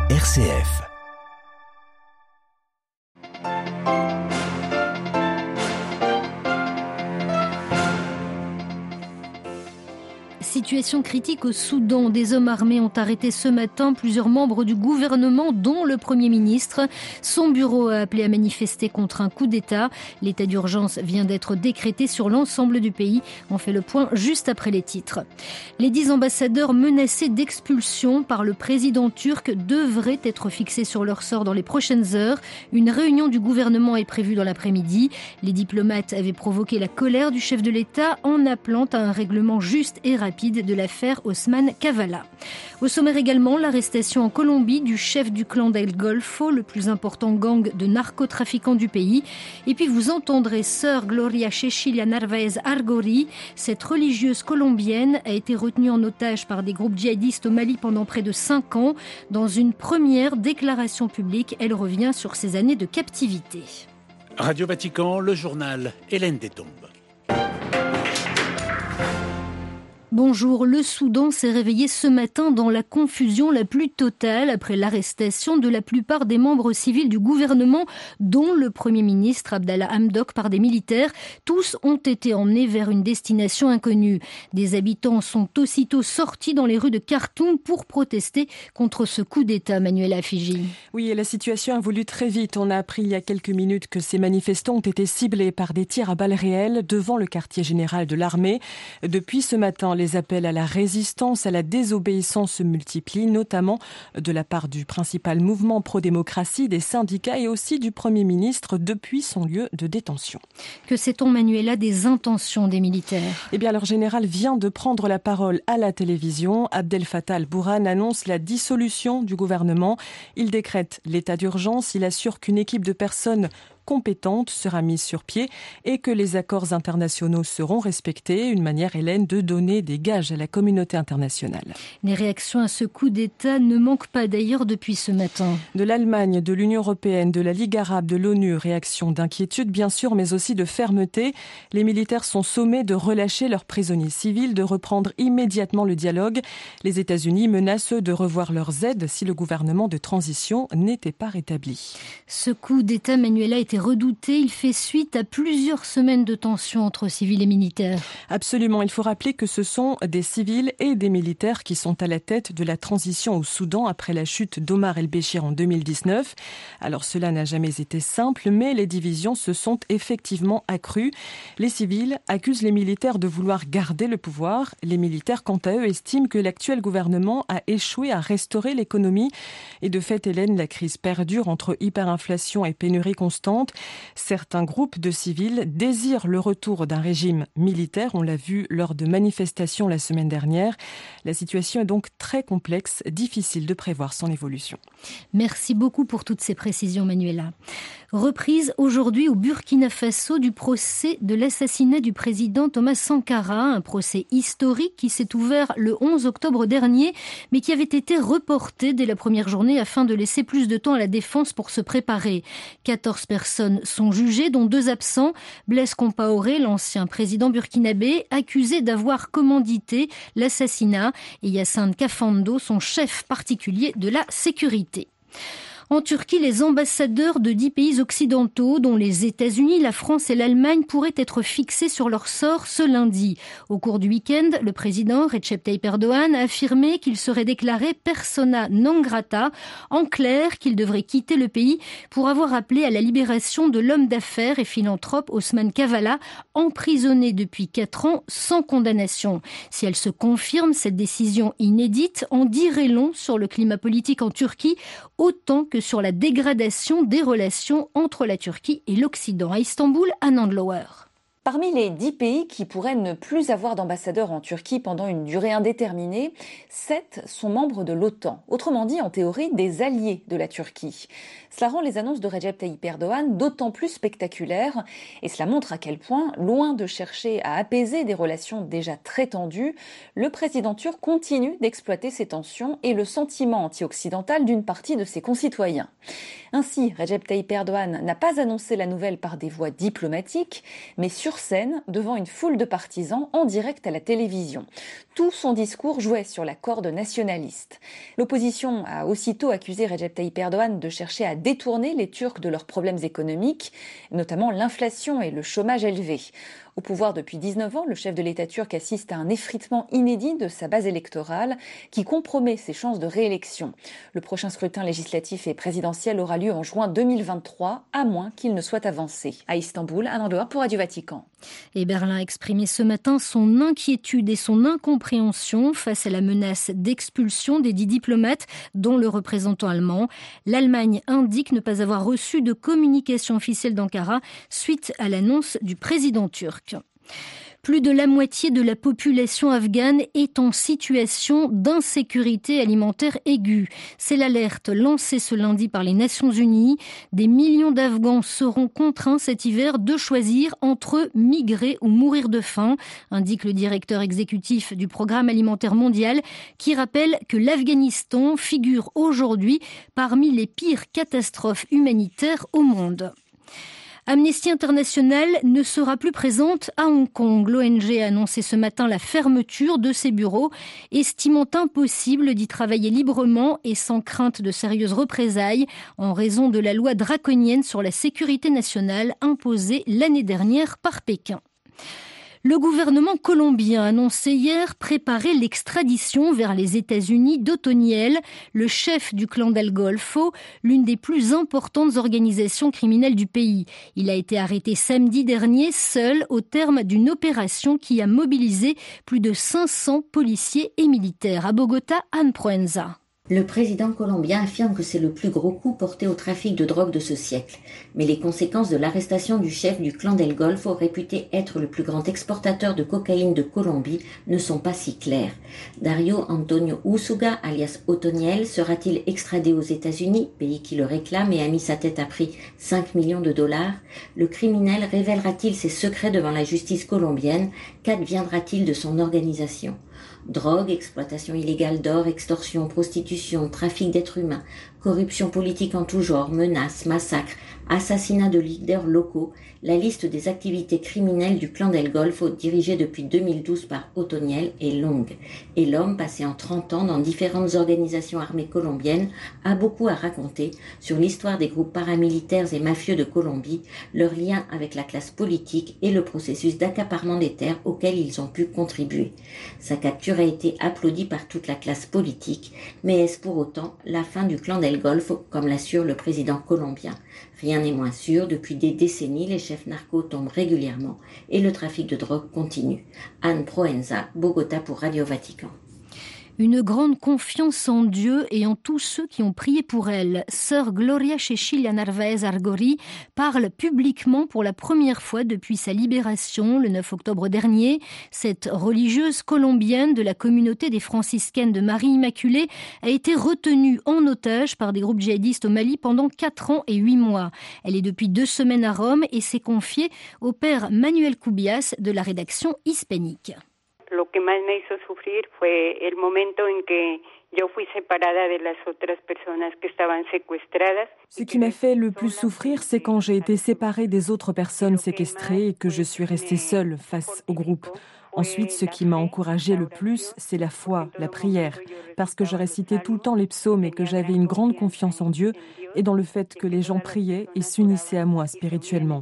RCF. Situation critique au Soudan. Des hommes armés ont arrêté ce matin plusieurs membres du gouvernement, dont le Premier ministre. Son bureau a appelé à manifester contre un coup d'État. L'état d'urgence vient d'être décrété sur l'ensemble du pays. On fait le point juste après les titres. Les 10 ambassadeurs menacés d'expulsion par le président turc devraient être fixés sur leur sort dans les prochaines heures. Une réunion du gouvernement est prévue dans l'après-midi. Les diplomates avaient provoqué la colère du chef de l'État en appelant à un règlement juste et rapide de l'affaire Osman Kavala. Au sommaire également, l'arrestation en Colombie du chef du clan d'El Golfo, le plus important gang de narcotrafiquants du pays. Et puis vous entendrez sœur Gloria Cecilia Narvaez Argori. Cette religieuse colombienne a été retenue en otage par des groupes djihadistes au Mali pendant près de 5 ans. Dans une première déclaration publique, elle revient sur ses années de captivité. Radio Vatican, le journal Hélène Détombe. Bonjour, le Soudan s'est réveillé ce matin dans la confusion la plus totale après l'arrestation de la plupart des membres civils du gouvernement, dont le Premier ministre Abdallah Hamdok par des militaires. Tous ont été emmenés vers une destination inconnue. Des habitants sont aussitôt sortis dans les rues de Khartoum pour protester contre ce coup d'État, Manuela Figi. Oui, et la situation a évolué très vite. On a appris il y a quelques minutes que ces manifestants ont été ciblés par des tirs à balles réelles devant le quartier général de l'armée. Depuis ce matin, les appels à la résistance, à la désobéissance se multiplient, notamment de la part du principal mouvement pro-démocratie, des syndicats et aussi du Premier ministre depuis son lieu de détention. Que sait-on, Manuela, des intentions des militaires ? Eh bien, leur général vient de prendre la parole à la télévision. Abdel Fattah al-Burhan annonce la dissolution du gouvernement. Il décrète l'état d'urgence. Il assure qu'une équipe de personnes compétente sera mise sur pied et que les accords internationaux seront respectés. Une manière, Hélène, de donner des gages à la communauté internationale. Les réactions à ce coup d'État ne manquent pas d'ailleurs depuis ce matin. De l'Allemagne, de l'Union européenne, de la Ligue arabe, de l'ONU, réaction d'inquiétude bien sûr, mais aussi de fermeté. Les militaires sont sommés de relâcher leurs prisonniers civils, de reprendre immédiatement le dialogue. Les États-Unis menacent de revoir leurs aides si le gouvernement de transition n'était pas rétabli. Ce coup d'État, Manuela, était redouté. Il fait suite à plusieurs semaines de tensions entre civils et militaires. Absolument. Il faut rappeler que ce sont des civils et des militaires qui sont à la tête de la transition au Soudan après la chute d'Omar el-Béchir en 2019. Alors cela n'a jamais été simple, mais les divisions se sont effectivement accrues. Les civils accusent les militaires de vouloir garder le pouvoir. Les militaires, quant à eux, estiment que l'actuel gouvernement a échoué à restaurer l'économie. Et de fait, Hélène, la crise perdure entre hyperinflation et pénurie constante. Certains groupes de civils désirent le retour d'un régime militaire. On l'a vu lors de manifestations la semaine dernière. La situation est donc très complexe, difficile de prévoir son évolution. Merci beaucoup pour toutes ces précisions, Manuela. Reprise aujourd'hui au Burkina Faso du procès de l'assassinat du président Thomas Sankara, un procès historique qui s'est ouvert le 11 octobre dernier, mais qui avait été reporté dès la première journée afin de laisser plus de temps à la défense pour se préparer. 14 personnes sont jugées, dont 2 absents. Blaise Compaoré, l'ancien président burkinabé, accusé d'avoir commandité l'assassinat, et Yassine Kafando, son chef particulier de la sécurité. En Turquie, les ambassadeurs de 10 pays occidentaux, dont les États-Unis, la France et l'Allemagne, pourraient être fixés sur leur sort ce lundi. Au cours du week-end, le président Recep Tayyip Erdogan a affirmé qu'il serait déclaré persona non grata, en clair qu'il devrait quitter le pays pour avoir appelé à la libération de l'homme d'affaires et philanthrope Osman Kavala, emprisonné depuis 4 ans sans condamnation. Si elle se confirme, cette décision inédite en dirait long sur le climat politique en Turquie, autant que sur la dégradation des relations entre la Turquie et l'Occident. À Istanbul, Anand Lower. Parmi les 10 pays qui pourraient ne plus avoir d'ambassadeur en Turquie pendant une durée indéterminée, 7 sont membres de l'OTAN. Autrement dit, en théorie, des alliés de la Turquie. Cela rend les annonces de Recep Tayyip Erdogan d'autant plus spectaculaires et cela montre à quel point, loin de chercher à apaiser des relations déjà très tendues, le président turc continue d'exploiter ces tensions et le sentiment anti-occidental d'une partie de ses concitoyens. Ainsi, Recep Tayyip Erdogan n'a pas annoncé la nouvelle par des voies diplomatiques, mais sur sur scène devant une foule de partisans en direct à la télévision. Tout son discours jouait sur la corde nationaliste. L'opposition a aussitôt accusé Recep Tayyip Erdogan de chercher à détourner les Turcs de leurs problèmes économiques, notamment l'inflation et le chômage élevé. Au pouvoir depuis 19 ans, le chef de l'État turc assiste à un effritement inédit de sa base électorale qui compromet ses chances de réélection. Le prochain scrutin législatif et présidentiel aura lieu en juin 2023, à moins qu'il ne soit avancé. À Istanbul, Anne Andouar pour Radio Vatican. Et Berlin a exprimé ce matin son inquiétude et son incompréhension face à la menace d'expulsion des 10 diplomates, dont le représentant allemand. L'Allemagne indique ne pas avoir reçu de communication officielle d'Ankara suite à l'annonce du président turc. Plus de la moitié de la population afghane est en situation d'insécurité alimentaire aiguë. C'est l'alerte lancée ce lundi par les Nations Unies. Des millions d'Afghans seront contraints cet hiver de choisir entre migrer ou mourir de faim, indique le directeur exécutif du Programme alimentaire mondial, qui rappelle que l'Afghanistan figure aujourd'hui parmi les pires catastrophes humanitaires au monde. Amnesty International ne sera plus présente à Hong Kong. L'ONG a annoncé ce matin la fermeture de ses bureaux, estimant impossible d'y travailler librement et sans crainte de sérieuses représailles en raison de la loi draconienne sur la sécurité nationale imposée l'année dernière par Pékin. Le gouvernement colombien a annoncé hier préparer l'extradition vers les États-Unis d'Otoniel, le chef du clan del Golfo, l'une des plus importantes organisations criminelles du pays. Il a été arrêté samedi dernier, seul, au terme d'une opération qui a mobilisé plus de 500 policiers et militaires. À Bogota, Anne Proenza. Le président colombien affirme que c'est le plus gros coup porté au trafic de drogue de ce siècle. Mais les conséquences de l'arrestation du chef du clan del Golfo, réputé être le plus grand exportateur de cocaïne de Colombie, ne sont pas si claires. Dario Antonio Usuga, alias Otoniel, sera-t-il extradé aux États-Unis, pays qui le réclame et a mis sa tête à prix 5 millions de dollars? Le criminel révélera-t-il ses secrets devant la justice colombienne? Qu'adviendra-t-il de son organisation? Drogue, exploitation illégale d'or, extorsion, prostitution, trafic d'êtres humains, corruption politique en tout genre, menaces, massacres, assassinats de leaders locaux, la liste des activités criminelles du clan del Golfo dirigé depuis 2012 par Otoniel est longue. Et l'homme, passé en 30 ans dans différentes organisations armées colombiennes, a beaucoup à raconter sur l'histoire des groupes paramilitaires et mafieux de Colombie, leurs liens avec la classe politique et le processus d'accaparement des terres auquel ils ont pu contribuer. Sa capture a été applaudie par toute la classe politique, mais est-ce pour autant la fin du clan del Golfo, comme l'assure le président colombien? Rien n'est moins sûr, depuis des décennies, les chefs narcos tombent régulièrement et le trafic de drogue continue. Anne Proenza, Bogota pour Radio Vatican. Une grande confiance en Dieu et en tous ceux qui ont prié pour elle. Sœur Gloria Cecilia Narvaez Argori parle publiquement pour la première fois depuis sa libération le 9 octobre dernier. Cette religieuse colombienne de la communauté des franciscaines de Marie Immaculée a été retenue en otage par des groupes djihadistes au Mali pendant 4 ans et 8 mois. Elle est depuis 2 semaines à Rome et s'est confiée au père Manuel Cubias de la rédaction hispanique. Lo que más me hizo sufrir fue el momento en que yo fui separada de las otras personas que estaban secuestradas. Ce qui m'a fait le plus souffrir, c'est quand j'ai été séparée des autres personnes séquestrées et que je suis restée seule face au groupe. Ensuite, ce qui m'a encouragée le plus, c'est la foi, la prière, parce que je récitais tout le temps les psaumes et que j'avais une grande confiance en Dieu et dans le fait que les gens priaient et s'unissaient à moi spirituellement.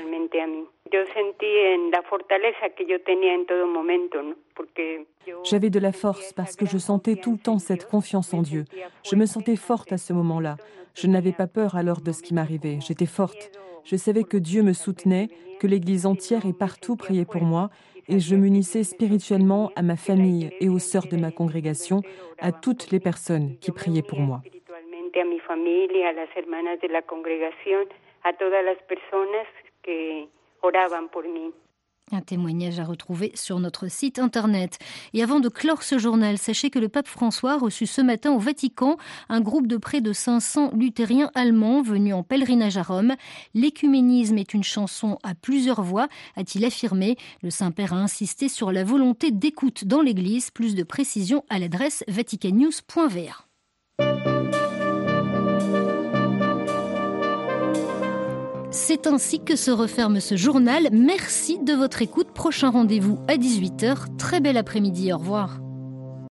J'avais de la force parce que je sentais tout le temps cette confiance en Dieu. Je me sentais forte à ce moment-là. Je n'avais pas peur alors de ce qui m'arrivait. J'étais forte. Je savais que Dieu me soutenait, que l'Église entière et partout priait pour moi et je m'unissais spirituellement à ma famille et aux sœurs de ma congrégation, à toutes les personnes qui priaient pour moi. Un témoignage à retrouver sur notre site internet. Et avant de clore ce journal, sachez que le pape François a reçu ce matin au Vatican un groupe de près de 500 luthériens allemands venus en pèlerinage à Rome. L'écuménisme est une chanson à plusieurs voix, a-t-il affirmé. Le Saint-Père a insisté sur la volonté d'écoute dans l'Église. Plus de précisions à l'adresse vaticannews.va. C'est ainsi que se referme ce journal. Merci de votre écoute. Prochain rendez-vous à 18h. Très bel après-midi. Au revoir.